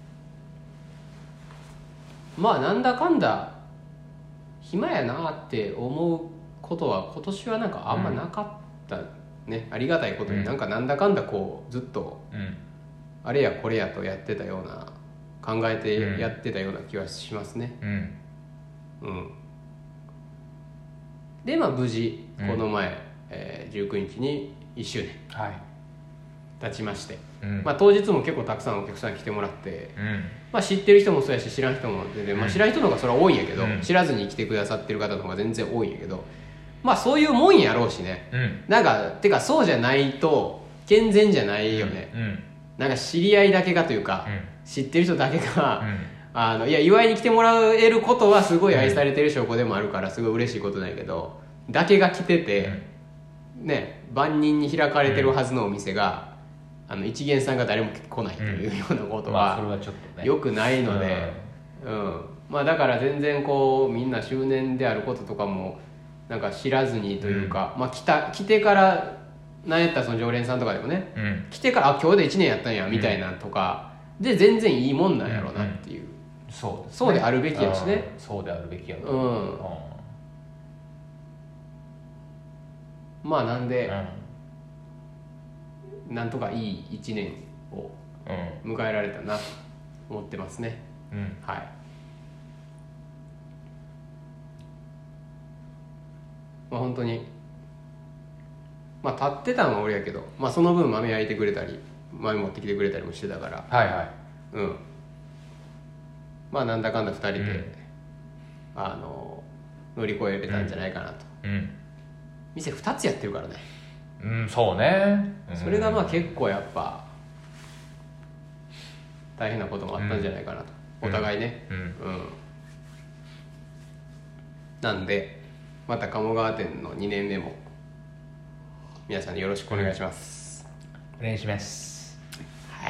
まあなんだかんだ暇やなって思うことは今年はなんかあんまなかったね、ありがたいことになんかなんだかんだこうずっとあれやこれやとやってたような考えてやってたような気はしますね。うん、うん、でまあ無事この前、うんえー、じゅうくにちにいっしゅうねん経ちまして、はいまあ、当日も結構たくさんお客さん来てもらって、うんまあ、知ってる人もそうやし知らん人も全然、まあ、知らん人の方がそれは多いんやけど、うん、知らずに来てくださってる方の方が全然多いんやけど、まあそういうもんやろうしね、うん、なんかてかそうじゃないと健全じゃないよね、うんうん、なんか知り合いだけがというか、うん、知ってる人だけが、うん、あのいや祝いに来てもらえることはすごい愛されてる証拠でもあるからすごい嬉しいことなんやけど、だけが来てて、うん、ね万人に開かれてるはずのお店が、うん、あの一元さんが誰も来ないというようなことはよくないので、うんうんまあ、だから全然こうみんな周年であることとかもなんか知らずにというか、うんまあ、来た来てからなんやったらその常連さんとかでもね、 うん、 来てからあ今日でいちねんやったんやみたいなとか、うん、で全然いいもんなんやろうなっていう、うんうん、 そうですね、 そうであるべきやしね、 そうであるべきやと、 うん、うん、まあなんで、うん、なんとかいいいちねんを迎えられたなと思ってますね、うん、はい。まあ本当にまあ立ってたのは俺やけど、まあその分豆焼いてくれたり豆持ってきてくれたりもしてたから、 はいはい、 うん、まあなんだかんだふたりで、うん、あの乗り越えれたんじゃないかなと、うんうん、店ふたつやってるからね、 うん、そうね、 うん、それがまあ結構やっぱ大変なこともあったんじゃないかなと、うん、お互いね、うんうん、なんでまた鴨川店のにねんめも皆さんによろしくお願いします、 うん、お願いします。 はい。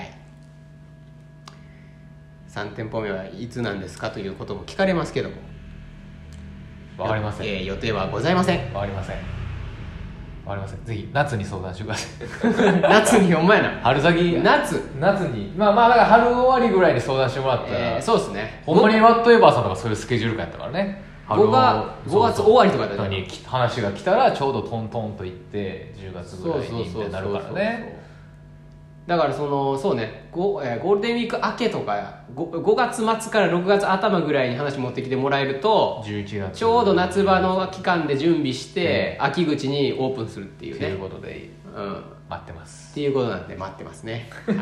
さん店舗目はいつなんですかということも聞かれますけども、 わかりません、 えー、予定はございません。 わかりませんわかりません。ぜひ夏に相談してください夏に、ほんまやな、 春先、 夏夏に、まあまあだから春終わりぐらいに相談してもらったら、 えー、そうですね、 ほんまにワットエバーさんとかそういうスケジュール感やったからね、 ごがつ終わりとかだに話が来たらちょうどトントンと行ってじゅうがつぐらいにみたいになるからね。 だからそのそうね ゴ, えー、ゴールデンウィーク明けとか 5, ごがつ末からろくがつ頭ぐらいに話持ってきてもらえるとじゅういちがつちょうど夏場の期間で準備して、うん、秋口にオープンするっていうね、ということで、うん、待ってますっていうことなんで待ってますね、はい、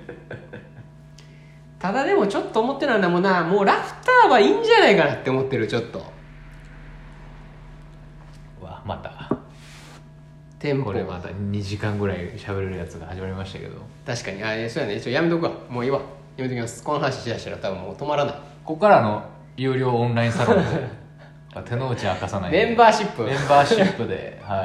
ただでもちょっと思ってるのはもうなもうラフターはいいんじゃないかなって思ってる。ちょっとうわまたテンポこれまたにじかんぐらい喋れるやつが始まりましたけど、 確かにあそうやね、ちょっとやめとくわ、もういいわ、やめときます。この話しだしたら多分もう止まらない。 ここからの有料オンラインサロンで手の内明かさないメンバーシップメンバーシップで、はい、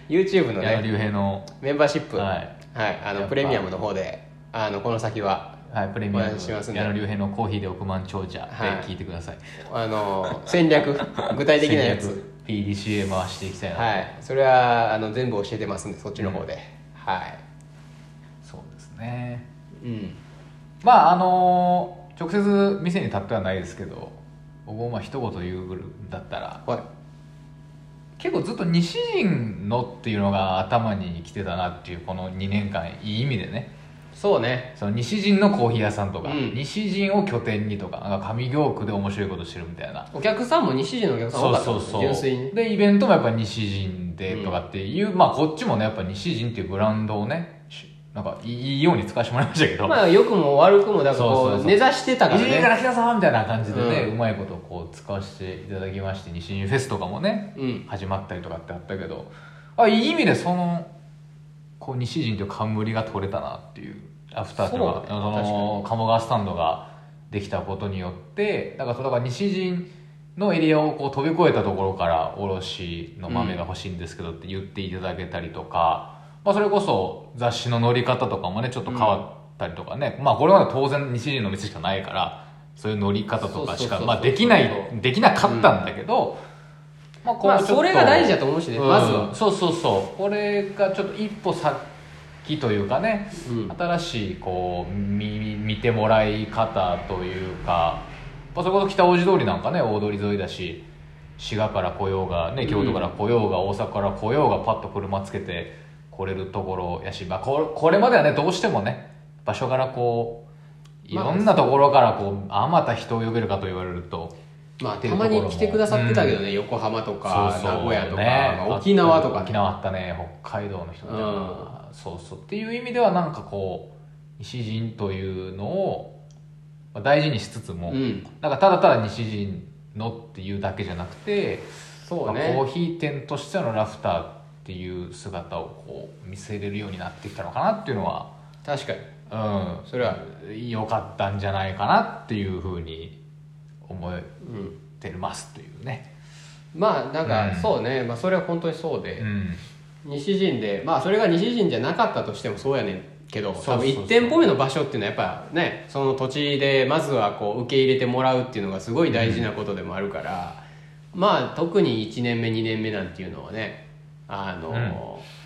YouTube のね矢野竜兵のメンバーシップ、 はい、 はい、あのプレミアムの方であのこの先ははい、プレミアムしますんで、 矢野竜兵のコーヒーで億万長者で聞いてください、 はい、あの戦略具体的なやつピーディーシーエー 回していきたいな、 はい、それはあの全部教えてますんでそっちの方で、うん、はいそうですね、 うん、 まああの直接店に立ってはないですけど僕もまあ一言言うんだったら、はい、結構ずっと西陣のっていうのが頭に来てたなっていうこのにねんかんいい意味でね。 そうね、 その西陣のコーヒー屋さんとか、 うん、 西陣を拠点にとかなんか上京区で面白いことしてるみたいな、 お客さんも西陣のお客さん多かったもんね、 そうそうそう、純粋にでイベントもやっぱ西陣でとかっていう、うん、まあこっちもねやっぱ西陣っていうブランドをねなんかいいように使わせてもらいましたけど、 まあ良くも悪くもだからこうそうそうそう根ざしてたからね、 西陣から来たぞみたいな感じでね、うん、うまいことこう使わせていただきまして、西陣フェスとかもね、うん、始まったりとかってあったけど、あいい意味でそのこう西陣という冠が取れたなっていう、アフターというか、その鴨川スタンドができたことによって、だからだから西陣のエリアをこう飛び越えたところから卸の豆が欲しいんですけどって言っていただけたりとか、うん、まあそれこそ雑誌の載り方とかもねちょっと変わったりとかね、うん、まあこれは当然西陣の店しかないからそういう載り方とかしかまあできないできなかったんだけど、 うん、まあこうそれが大事だと思うしね、うん、まずはそうそうそう、これがちょっと一歩先というかね、うん、新しいこう 見, 見てもらい方というか、それこそ北大路通りなんかね大通り沿いだし、滋賀から来ようが、ね、京都から来ようが、うん、大阪から来ようがパッと車つけて来れるところやし、まあ、こ, これまではねどうしてもね場所からこういろんなところからこうあまた人を呼べるかと言われると、 まあ、たまに来てくださってたけどね、うん、横浜とかそうそう名古屋とか、ねまあ、沖縄とか、ね、 沖縄あったね、北海道の人とか、うん、そうそうっていう意味ではなんかこう西陣というのを大事にしつつも、うん、なんかただただ西陣のっていうだけじゃなくて、 そうね、 まあ、コーヒー店としてのラフターっていう姿をこう見せれるようになってきたのかなっていうのは確かに、 うん、それは良かったんじゃないかなっていうふうに思ってますというね、 うん、まあなんかそうね、うん、まあ、それは本当にそうで、うん、西陣でまあそれが西陣じゃなかったとしてもそうやねんけど、多分いち店舗目の場所っていうのはやっぱねその土地でまずはこう受け入れてもらうっていうのがすごい大事なことでもあるから、うん、まあ特にいちねんめにねんめなんていうのはねあの、うん、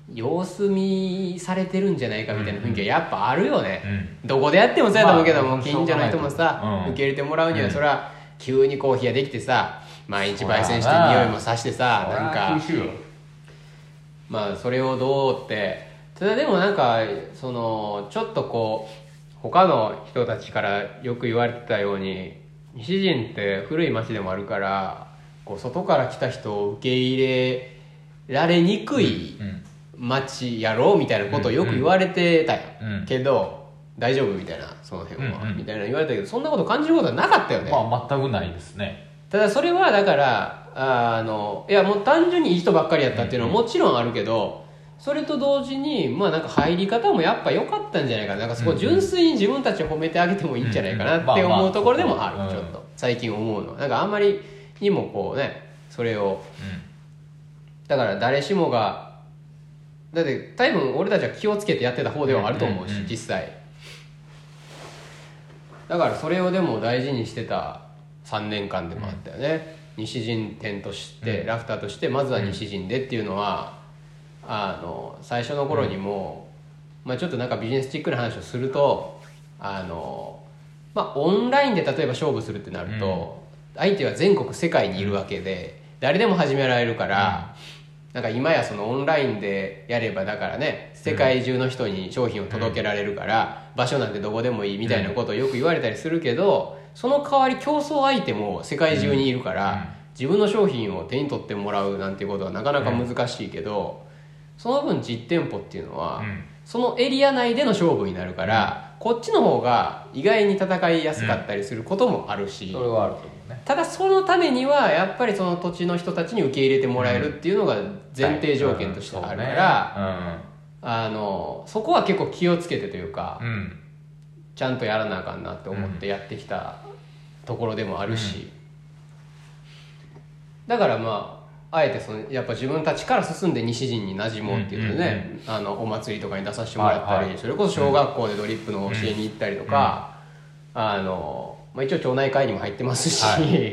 様子見されてるんじゃないかみたいな雰囲気はやっぱあるよね、 うん、 どこでやってもそうやと思うけども、 まあ近所の人もさ、 うん、 受け入れてもらうには、 うん、 それは急にコーヒーができてさ毎日焙煎して匂いもさしてさなんかまあそれをどうってただでもなんかそのちょっとこう他の人たちからよく言われてたように西陣って古い町でもあるからこう外から来た人を受け入れられにくい町やろうみたいなことをよく言われてたよ、うんうん、けど大丈夫みたいなその辺は、うんうん、みたいな言われたけどそんなこと感じることはなかったよね。 まあ全くないですね。 ただそれはだからあのいやもう単純にいい人ばっかりやったっていうのはもちろんあるけど、それと同時にまあなんか入り方もやっぱ良かったんじゃないかな。なんかそこ純粋に自分たちを褒めてあげてもいいんじゃないかなって思うところでもある。ちょっと最近思うのはなんかあんまりにもこうねそれを、だから誰しもがだって多分俺たちは気をつけてやってた方ではあると思うし、実際だからそれをでも大事にしてたさんねんかんでもあったよね、うん、西陣店として、うん、ラフターとしてまずは西陣でっていうのは、うん、あの最初の頃にも、うんまあ、ちょっとなんかビジネスチックな話をするとあの、まあ、オンラインで例えば勝負するってなると、うん、相手は全国世界にいるわけで誰でも始められるから、うん、なんか今やそのオンラインでやればだからね世界中の人に商品を届けられるから、うん、場所なんてどこでもいいみたいなことをよく言われたりするけど、その代わり競争相手も世界中にいるから、うん、自分の商品を手に取ってもらうなんていうことはなかなか難しいけど、うん、その分実店舗っていうのは、うん、そのエリア内での勝負になるから、うん、こっちの方が意外に戦いやすかったりすることもあるし、 うん、それはあると思うね。 ただそのためにはやっぱりその土地の人たちに受け入れてもらえるっていうのが前提条件としてあるから、あのそこは結構気をつけてというか、うん、ちゃんとやらなあかんなって思ってやってきたところでもあるし、うん、だからまああえてそのやっぱ自分たちから進んで西陣に馴染もうっていうのでね、うんうんうん、あのお祭りとかに出させてもらったり、はいはい、それこそ小学校でドリップの教えに行ったりとか、うんうん、あのまあ、一応町内会にも入ってますし、はい、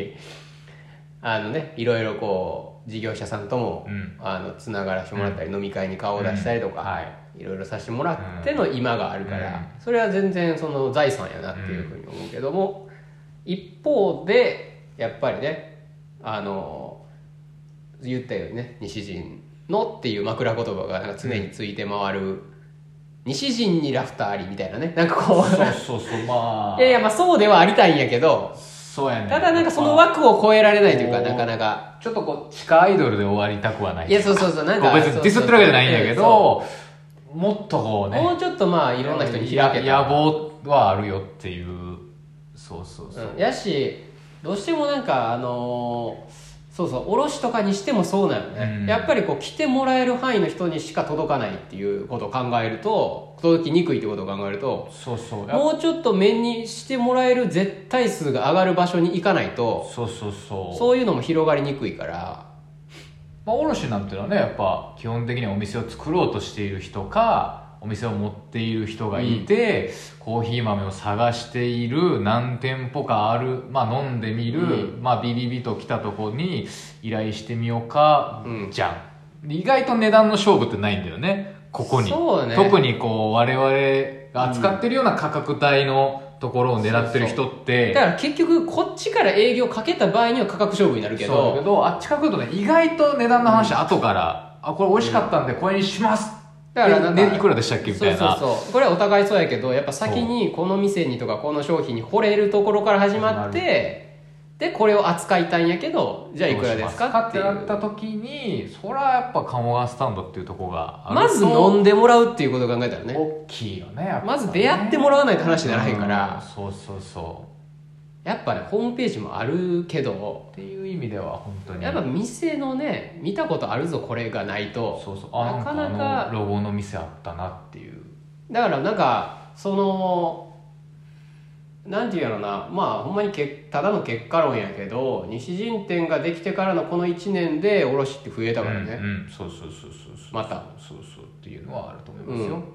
あのねいろいろこう事業者さんとも、うん、あのつながらせてもらったり、うん、飲み会に顔を出したりとか、うんはい、いろいろさせてもらっての今があるから、うん、それは全然その財産やなっていうふうに思うけども、うん、一方でやっぱりねあの言ったようにね西陣のっていう枕言葉がなんか常について回る、うん、西陣にラフターありみたいなねなんかこうそうそうそうまあいやいやまあそうではありたいんやけどそうやねただなんかその枠を超えられないというかなかなかちょっとこう地下アイドルで終わりたくはないいやそうそうそうなんか別にディスってるわけじゃないんだけどもっとこうねもうちょっとまあいろんな人に開けた野望はあるよっていうそうそうそう、 うん、やしどうしてもなんかあのーそうそう卸とかにしてもそうなのね、うん、やっぱりこう来てもらえる範囲の人にしか届かないっていうことを考えると届きにくいってことを考えるとそうそうもうちょっと面にしてもらえる絶対数が上がる場所に行かないとそうそうそうそういうのも広がりにくいから、 まあ、卸なんていうのはねやっぱ基本的にはお店を作ろうとしている人かお店を持っている人がいて、うん、コーヒー豆を探している何店舗かある、まあ、飲んでみる、うんまあ、ビビビと来たとこに依頼してみようか、うん、じゃん意外と値段の勝負ってないんだよねここにそうね特にこう我々が扱ってるような価格帯のところを狙ってる人って、 うん、だから結局こっちから営業かけた場合には価格勝負になるけどそうだけどあっちか来るとね意外と値段の話後から、うん、あこれ美味しかったんでこれにしますだからなんか、 ね、いくらでしたっけみたいなそうそうそうこれはお互いそうやけどやっぱ先にこの店にとかこの商品に惚れるところから始まってでこれを扱いたいんやけどじゃあいくらですかってなった時にそれはやっぱ鴨川スタンドっていうところがあるとまず飲んでもらうっていうことを考えたらね大きいよねやっぱねまず出会ってもらわないと話にならへんから、 うん、そうそうそうやっぱねホームページもあるけどっていう意味では本当にやっぱ店のね見たことあるぞこれがないとそうそうなかなかあのロゴの店あったなっていうだからなんかそのなんていうやろなまあほんまにけただの結果論やけど西陣店ができてからのこのいちねんで卸って増えたからね、 うんうん、そうそうそうそうまたそうそうっていうのはあると思いますよ、うんうん、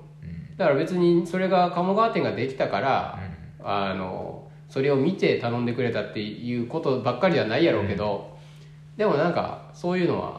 だから別にそれが鴨川店ができたから、うん、あのそれを見て頼んでくれたっていうことばっかりじゃないやろうけど、うん、でもなんかそういうのは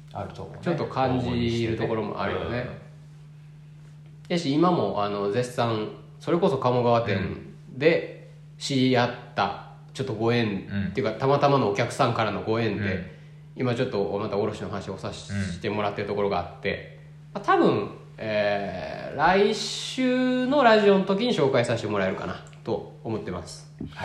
あると思う、ね、 ちょっと感じるところもあるよね、うん、やし今もあの絶賛それこそ鴨川店で知り合ったちょっとご縁、うん、っていうかたまたまのお客さんからのご縁で、うん、今ちょっとまた卸の話をさせてもらってるところがあって、うん、多分、えー、来週のラジオの時に紹介させてもらえるかなと思ってます、はい、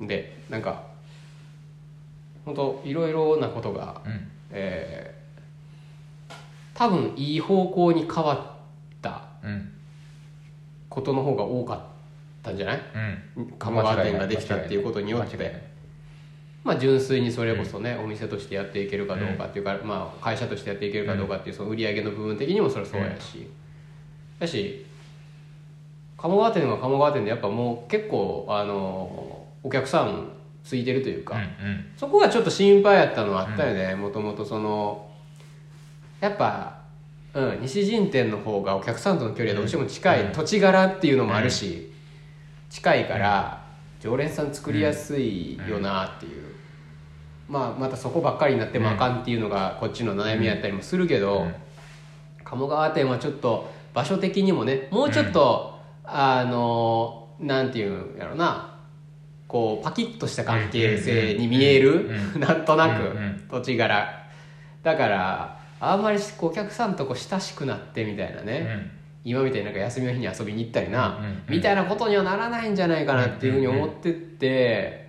でなんか本当いろいろなことが、うんえー、多分いい方向に変わったことの方が多かったんじゃない、うん、鴨川店ができたっていうことによってまあ純粋にそれこそね、うん、お店としてやっていけるかどうかっていうか、うんまあ、会社としてやっていけるかどうかっていうその売り上げの部分的にもそれはそうやし、うん、だし鴨川店は鴨川店でやっぱもう結構あのお客さんついてるというか、うんうん、そこがちょっと心配やったのはあったよね、もともとそのやっぱ、うん、西陣店の方がお客さんとの距離はどうしても近い、うん、土地柄っていうのもあるし、うん、近いから常連さん作りやすいよなっていう、うんまあ、またそこばっかりになってもあかんっていうのがこっちの悩みやったりもするけど、うん、鴨川店はちょっと場所的にもねもうちょっと、うん、あのなんていうんやろなこうパキッとした関係性に見える、うん、なんとなく、うん、土地柄だからあんまりお客さんとこう親しくなってみたいなね、うん、今みたいになんか休みの日に遊びに行ったりな、うんうんうん、みたいなことにはならないんじゃないかなっていうふうに思ってって、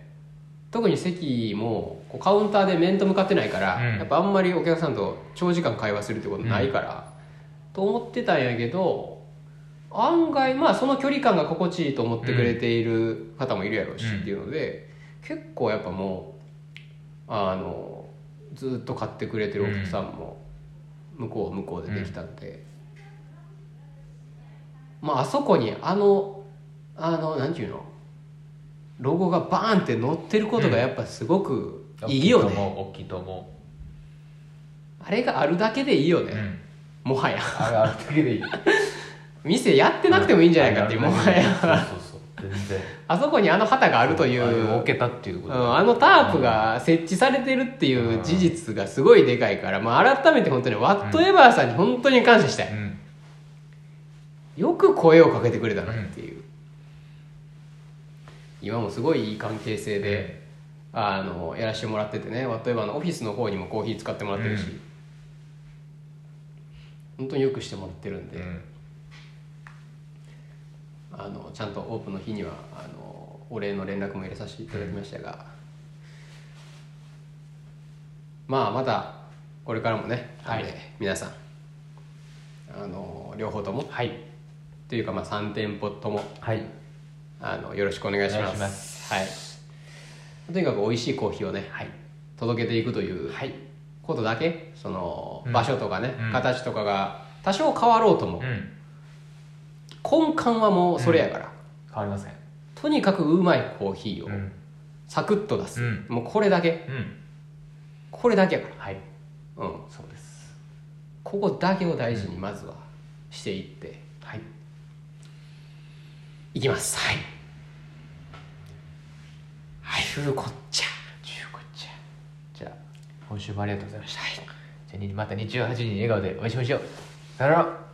特に席もこうカウンターで面と向かってないから、うん、やっぱあんまりお客さんと長時間会話するってことないから、うん、と思ってたんやけど案外まあその距離感が心地いいと思ってくれている方もいるやろうしっていうので、うん、結構やっぱもうあのずっと買ってくれてるお客さんも向こう向こうでできたんで、うん、まああそこにあのあのなんていうのロゴがバーンって載ってることがやっぱすごくいいよね、 うん、大きいと思うあれがあるだけでいいよね、うん、もはやあれあるだけでいい店やってなくてもいいんじゃないかっていう、もはやそうそうそう全然あそこにあの旗があるというあ置けたっていうこと、 うん、あのタープが設置されてるっていう事実がすごいでかいから、まあ、改めて本当にワットエバーさんに本当に感謝したい、うん、よく声をかけてくれたなっていう、うん、今もすごいいい関係性で、うん、あのやらせてもらっててね、ワットエバーのオフィスの方にもコーヒー使ってもらってるし、うん、本当によくしてもらってるんで、うんあのちゃんとオープンの日にはあのお礼の連絡も入れさせていただきましたが、うん、まあまたこれからもね、はい、皆さんあの両方とも、はい、というかまあさん店舗とも、はい、あのよろしくお願いします。お願いします。はい、とにかく美味しいコーヒーをね、はい、届けていくということだけ、その場所とかね、うん、形とかが多少変わろうとも、うん根幹はもうそれやから、 うん、変わりません。 とにかくうまいコーヒーをサクッと出す、うん、もうこれだけ、うん、これだけやから、はい、うん、そうです。ここだけを大事にまずはしていって、うん、はい、いきます。はいはい、ちゅうこっちゃちゅうこっちゃ。じゃあ今週もありがとうございました。はい、じゃあまた日曜はちじに笑顔でお会いしましょう。さよなら。